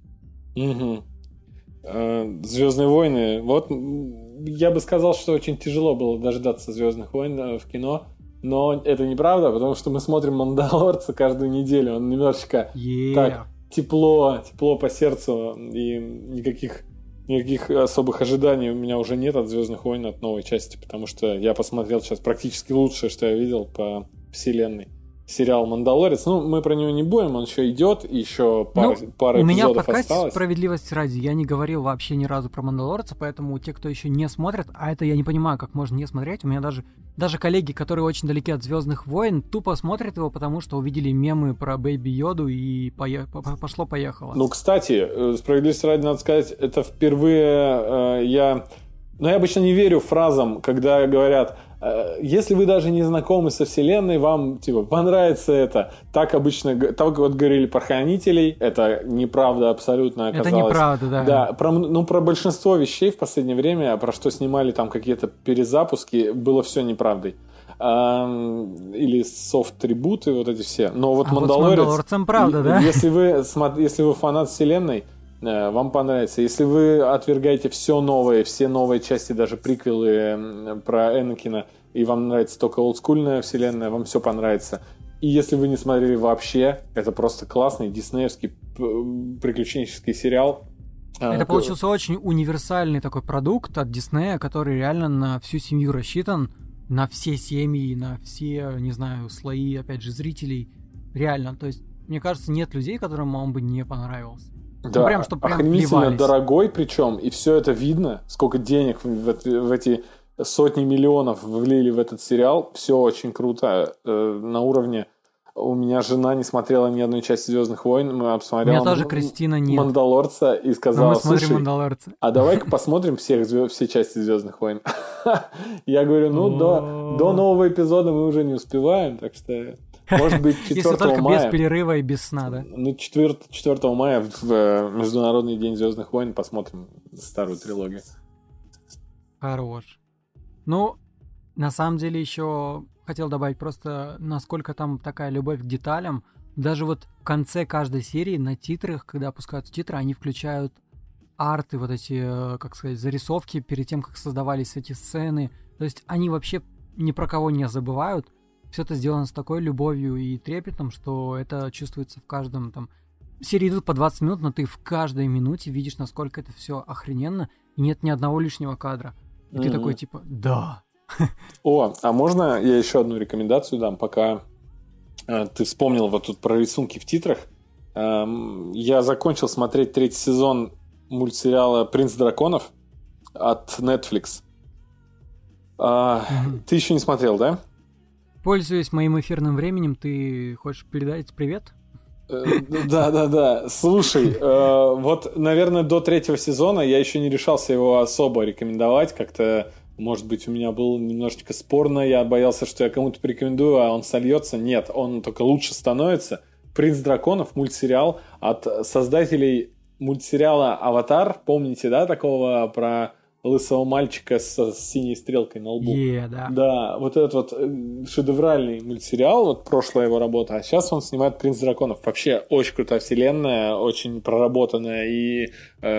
«Звездные войны». Вот я бы сказал, что очень тяжело было дождаться «Звездных войн» в кино, но это неправда, потому что мы смотрим «Мандалорца» каждую неделю. Он немножечко так тепло по сердцу, и никаких особых ожиданий у меня уже нет от «Звездных войн», от новой части, потому что я посмотрел сейчас практически лучшее, что я видел по вселенной. Сериал «Мандалорец». Ну, мы про него не будем, он еще идет, еще пара эпизодов осталось. У меня в подкасте «Справедливости ради» я не говорил вообще ни разу про «Мандалорца», поэтому те, кто еще не смотрят, а это я не понимаю, как можно не смотреть, у меня даже коллеги, которые очень далеки от «Звездных войн», тупо смотрят его, потому что увидели мемы про Бэйби Йоду и пошло-поехало. Ну, кстати, «Справедливости ради» надо сказать, это впервые я обычно не верю фразам, когда говорят... Если вы даже не знакомы со вселенной, вам типа понравится это. Так вот говорили про хранителей. Это неправда абсолютно оказалось. Это неправда, да. Да, про большинство вещей в последнее время, про что снимали там какие-то перезапуски, было все неправдой. Или софт-трибуты, вот эти все. Но вот «Мандалорец», с «Мандалорцем» правда, да? Если вы фанат вселенной, вам понравится. Если вы отвергаете все новые части, даже приквелы про Энакина, и вам нравится только олдскульная вселенная, вам все понравится. И если вы не смотрели вообще, это просто классный диснеевский приключенческий сериал. Это получился очень универсальный такой продукт от Диснея, который реально на всю семью рассчитан, на все семьи, на все, не знаю, слои, опять же, зрителей. Реально, то есть, мне кажется, нет людей, которым он бы не понравился. Да, прям охренительно дорогой причем, и все это видно, сколько денег в эти сотни миллионов влили в этот сериал, все очень круто, на уровне. У меня жена не смотрела ни одной части «Звездных войн», мы обсмотрели «Мандалорца» и сказала, слушай, а давай-ка посмотрим все части «Звездных войн». Я говорю, до нового эпизода мы уже не успеваем, так что... Может быть, 4 Если только мая. Без перерыва и без сна, да? Ну, 4 мая в Международный день «Звездных войн» посмотрим старую трилогию. Хорош. Ну, на самом деле, еще хотел добавить просто, насколько там такая любовь к деталям. Даже вот в конце каждой серии на титрах, когда опускаются титры, они включают арты, вот эти, как сказать, зарисовки перед тем, как создавались эти сцены. То есть они вообще ни про кого не забывают. Все это сделано с такой любовью и трепетом, что это чувствуется в каждом там... Серии идут по 20 минут, но ты в каждой минуте видишь, насколько это все охрененно, и нет ни одного лишнего кадра. И ты такой, типа, да. О, а можно я еще одну рекомендацию дам, пока ты вспомнил вот тут про рисунки в титрах. Я закончил смотреть 3-й сезон мультсериала «Принц драконов» от Netflix. Ты еще не смотрел, да? Пользуясь моим эфирным временем, ты хочешь передать привет? Да. Слушай, вот, наверное, до 3-го сезона я еще не решался его особо рекомендовать. Как-то, может быть, у меня было немножечко спорно. Я боялся, что я кому-то порекомендую, а он сольется. Нет, он только лучше становится. «Принц драконов» мультсериал от создателей мультсериала «Аватар». Помните, да, такого про лысого мальчика с синей стрелкой на лбу. Да. Да, вот этот вот шедевральный мультсериал, вот прошлая его работа, а сейчас он снимает «Принц драконов». Вообще очень крутая вселенная, очень проработанная, и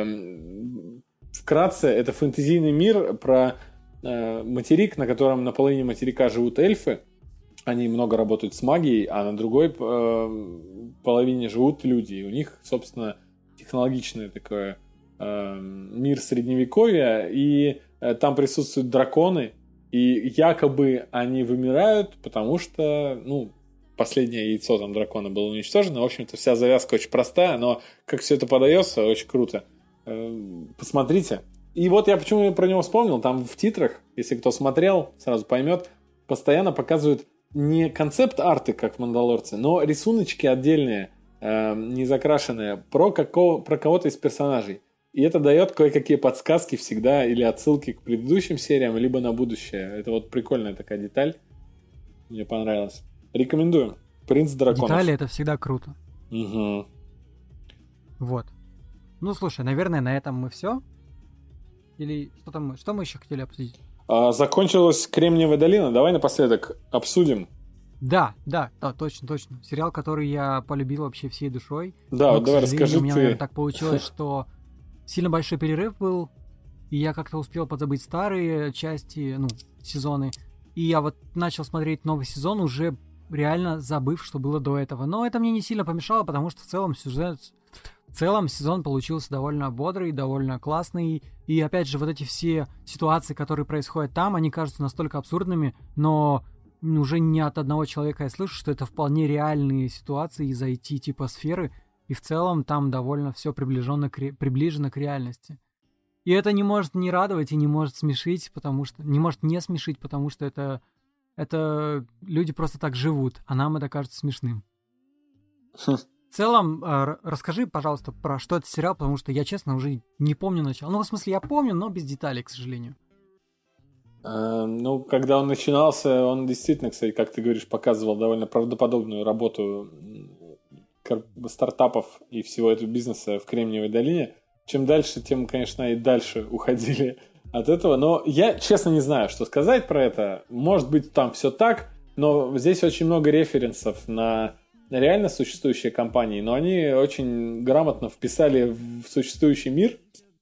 вкратце это фэнтезийный мир про материк, на котором на половине материка живут эльфы. Они много работают с магией, а на другой половине живут люди. И у них, собственно, технологичное такое мир средневековья, и там присутствуют драконы, и якобы они вымирают, потому что, последнее яйцо там дракона было уничтожено. В общем-то, вся завязка очень простая, но как все это подается, очень круто. Посмотрите. И вот я почему про него вспомнил, там в титрах, если кто смотрел, сразу поймет, постоянно показывают не концепт-арты, как в «Мандалорце», но рисуночки отдельные, не закрашенные, про кого-то из персонажей. И это дает кое-какие подсказки всегда или отсылки к предыдущим сериям, либо на будущее. Это вот прикольная такая деталь. Мне понравилось. Рекомендую. «Принц драконов». Детали — это всегда круто. Угу. Вот. Слушай, наверное, на этом мы все. Или что мы еще хотели обсудить? Закончилась «Кремниевая долина». Давай напоследок обсудим. Да, точно. Сериал, который я полюбил вообще всей душой. Да, вот давай расскажи у меня, ты. наверное, так получилось, что сильно большой перерыв был, и я как-то успел подзабыть старые части, сезоны. И я вот начал смотреть новый сезон, уже реально забыв, что было до этого. Но это мне не сильно помешало, потому что в целом сезон получился довольно бодрый, довольно классный. И опять же, вот эти все ситуации, которые происходят там, они кажутся настолько абсурдными, но уже не от одного человека я слышу, что это вполне реальные ситуации из IT-сферы, и в целом там довольно все приближено к реальности. И это не может не радовать и не может смешить, потому что это люди просто так живут, а нам это кажется смешным. В целом, расскажи, пожалуйста, про что это сериал, потому что я, честно, уже не помню начало. В смысле, я помню, но без деталей, к сожалению. Когда он начинался, он действительно, кстати, как ты говоришь, показывал довольно правдоподобную работу стартапов и всего этого бизнеса в Кремниевой долине. Чем дальше, тем, конечно, и дальше уходили от этого. Но я, честно, не знаю, что сказать про это. Может быть, там все так, но здесь очень много референсов на реально существующие компании, но они очень грамотно вписали в существующий мир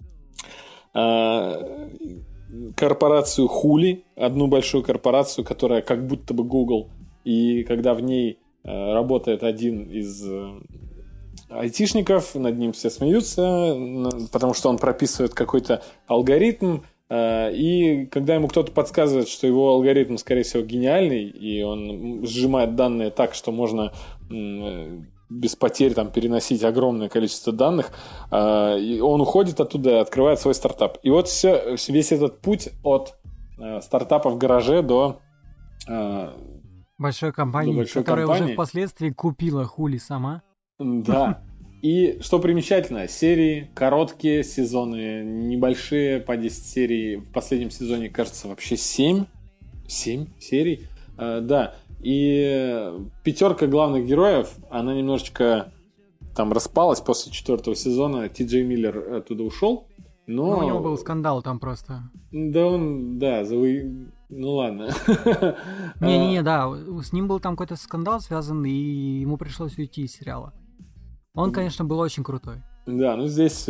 корпорацию Хули, одну большую корпорацию, которая как будто бы Google, и когда в ней работает один из айтишников, над ним все смеются, потому что он прописывает какой-то алгоритм, и когда ему кто-то подсказывает, что его алгоритм, скорее всего, гениальный, и он сжимает данные так, что можно без потерь переносить огромное количество данных, и он уходит оттуда и открывает свой стартап. И вот весь этот путь от стартапа в гараже до большой компании, которая уже впоследствии купила Хули сама. Да. И что примечательно, серии короткие, сезоны небольшие, по 10 серий. В последнем сезоне, кажется, вообще 7 серий. Да. И 5 главных героев, она немножечко там распалась после 4 сезона. Ти-Джей Миллер оттуда ушел. Но у него был скандал там просто. Ладно. Не-не-не, да. С ним был там какой-то скандал связан, и ему пришлось уйти из сериала. Он, конечно, был очень крутой. Да, здесь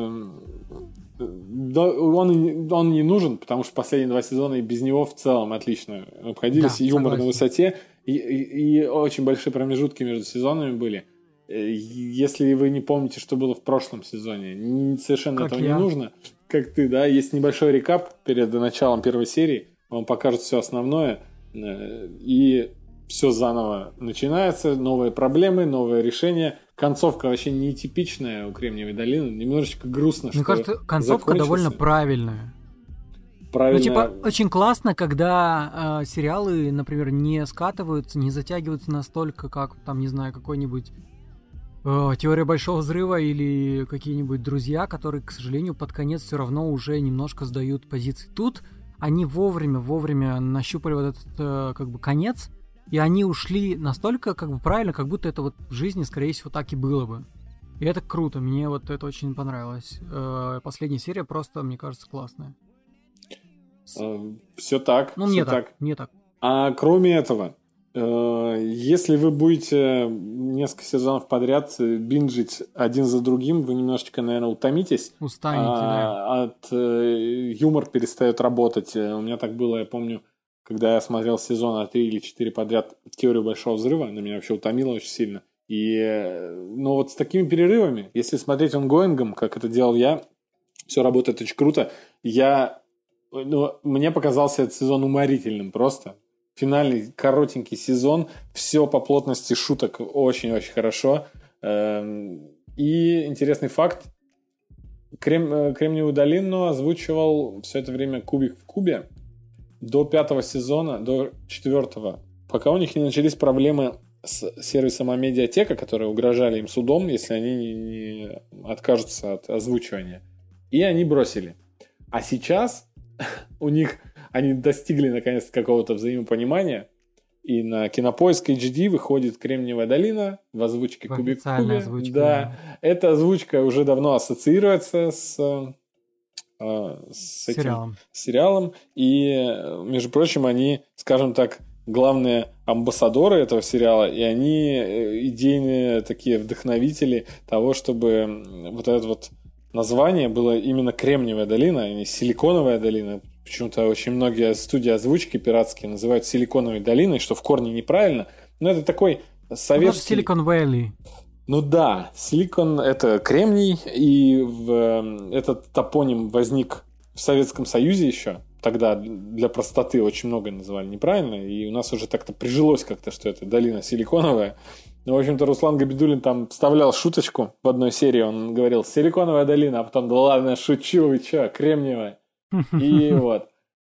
он не нужен, потому что последние 2 сезона и без него в целом отлично обходились. Да, юмор на высоте, и очень большие промежутки между сезонами были. Если вы не помните, что было в прошлом сезоне, совершенно этого не нужно. Как ты, да, есть небольшой рекап перед началом первой серии, вам покажут все основное, и все заново начинается, новые проблемы, новые решения. Концовка вообще нетипичная у Кремниевой долины, немножечко грустно, мне кажется, концовка довольно правильная. Очень классно, когда сериалы, например, не скатываются, не затягиваются настолько, как, какой-нибудь «Теория большого взрыва» или какие-нибудь «Друзья», которые, к сожалению, под конец все равно уже немножко сдают позиции. Тут они вовремя нащупали вот этот конец, и они ушли настолько правильно, как будто это в жизни, скорее всего, так и было бы. И это круто, мне это очень понравилось. Последняя серия просто, мне кажется, классная. Все так. Ну, мне так. А кроме этого, если вы будете несколько сезонов подряд бинжить один за другим, вы немножечко, наверное, утомитесь. Устанете, да. Юмор перестает работать. У меня так было, я помню, когда я смотрел сезона 3 или 4 подряд «Теорию большого взрыва», она меня вообще утомила очень сильно. Но вот с такими перерывами, если смотреть онгоингом, как это делал я, все работает очень круто. Мне показался этот сезон уморительным просто. Финальный коротенький сезон, все по плотности шуток очень-очень хорошо. И интересный факт, Кремниевую долину озвучивал все это время Кубик в кубе до 5-го сезона, до 4-го, пока у них не начались проблемы с сервисом Амедиатека, которые угрожали им судом, если они не откажутся от озвучивания. И они бросили. А сейчас у них они достигли наконец какого-то взаимопонимания, и на Кинопоиск HD выходит «Кремниевая долина» в озвучке «Кубик в кубе». Озвучка, да. Эта озвучка уже давно ассоциируется с этим сериалом. И, между прочим, они, скажем так, главные амбассадоры этого сериала, и они идейные такие вдохновители того, чтобы вот это вот название было именно «Кремниевая долина», а не «Силиконовая долина». Почему-то очень многие студии озвучки пиратские называют «Силиконовой долиной», что в корне неправильно. Но это такой советский... Silicon Valley. Ну да, Силикон — это кремний, и этот топоним возник в Советском Союзе еще. Тогда для простоты очень многое называли неправильно, и у нас уже так-то прижилось как-то, что это долина силиконовая. Ну, в общем-то, Руслан Габидуллин там вставлял шуточку в одной серии, он говорил «Силиконовая долина», а потом «Да ладно, шучу, вы чё, кремниевая». И вот.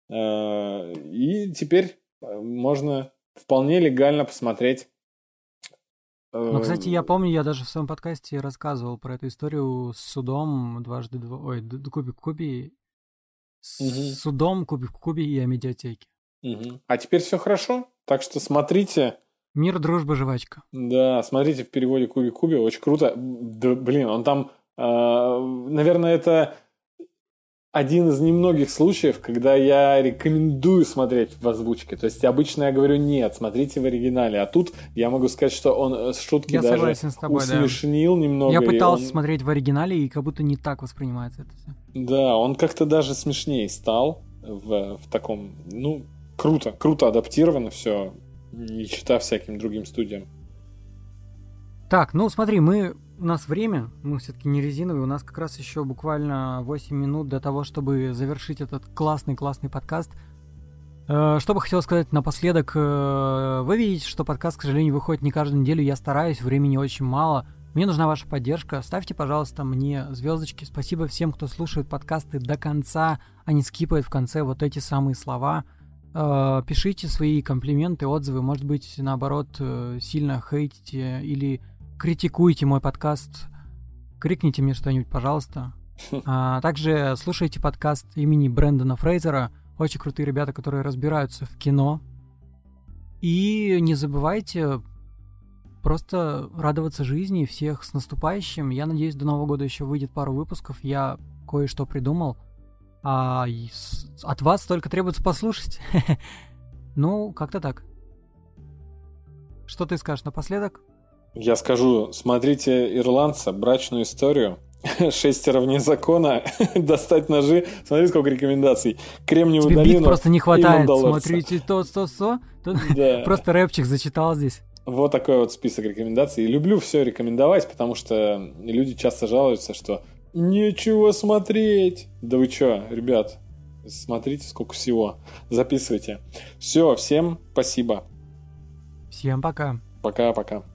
И теперь можно вполне легально посмотреть. Ну, кстати, я помню, я даже в своем подкасте рассказывал про эту историю с судом Кубик в кубе, с судом Кубик в кубе и Амедиатеки. А теперь все хорошо, так что смотрите. Мир, дружба, жвачка. Да, смотрите в переводе Кубик в кубе, очень круто. Да, блин, он там, наверное, это один из немногих случаев, когда я рекомендую смотреть в озвучке. То есть обычно я говорю нет, смотрите в оригинале. А тут я могу сказать, что он шутки я даже усмешнил немного. Я пытался смотреть в оригинале, и как будто не так воспринимается это все. Да, он как-то даже смешнее стал в таком... Ну, круто адаптировано все, не читая всяким другим студиям. Так, ну смотри, у нас время, мы все-таки не резиновые, у нас как раз еще буквально 8 минут для того, чтобы завершить этот классный подкаст. Что бы хотел сказать напоследок, вы видите, что подкаст, к сожалению, выходит не каждую неделю, я стараюсь, времени очень мало. Мне нужна ваша поддержка, ставьте, пожалуйста, мне звездочки. Спасибо всем, кто слушает подкасты до конца, а не скипает в конце вот эти самые слова. Пишите свои комплименты, отзывы, может быть, наоборот, сильно хейтите или критикуйте мой подкаст, крикните мне что-нибудь, пожалуйста. Также слушайте подкаст имени Брэндона Фрейзера, очень крутые ребята, которые разбираются в кино. И не забывайте просто радоваться жизни, всех с наступающим. Я надеюсь, до Нового года еще выйдет пару выпусков, я кое-что придумал. От вас только требуется послушать. Ну, как-то так. Что ты скажешь напоследок? Я скажу, смотрите «Ирландца», «Брачную историю», «Шестеро вне закона», «Достать ножи». Смотри, сколько рекомендаций. «Кремниевую тебе долину» бит просто не хватает. Смотрите то. Да. Просто рэпчик зачитал здесь. Вот такой вот список рекомендаций. Люблю все рекомендовать, потому что люди часто жалуются, что нечего смотреть. Да вы чё, ребят, смотрите, сколько всего. Записывайте. Все, всем спасибо. Всем пока. Пока-пока.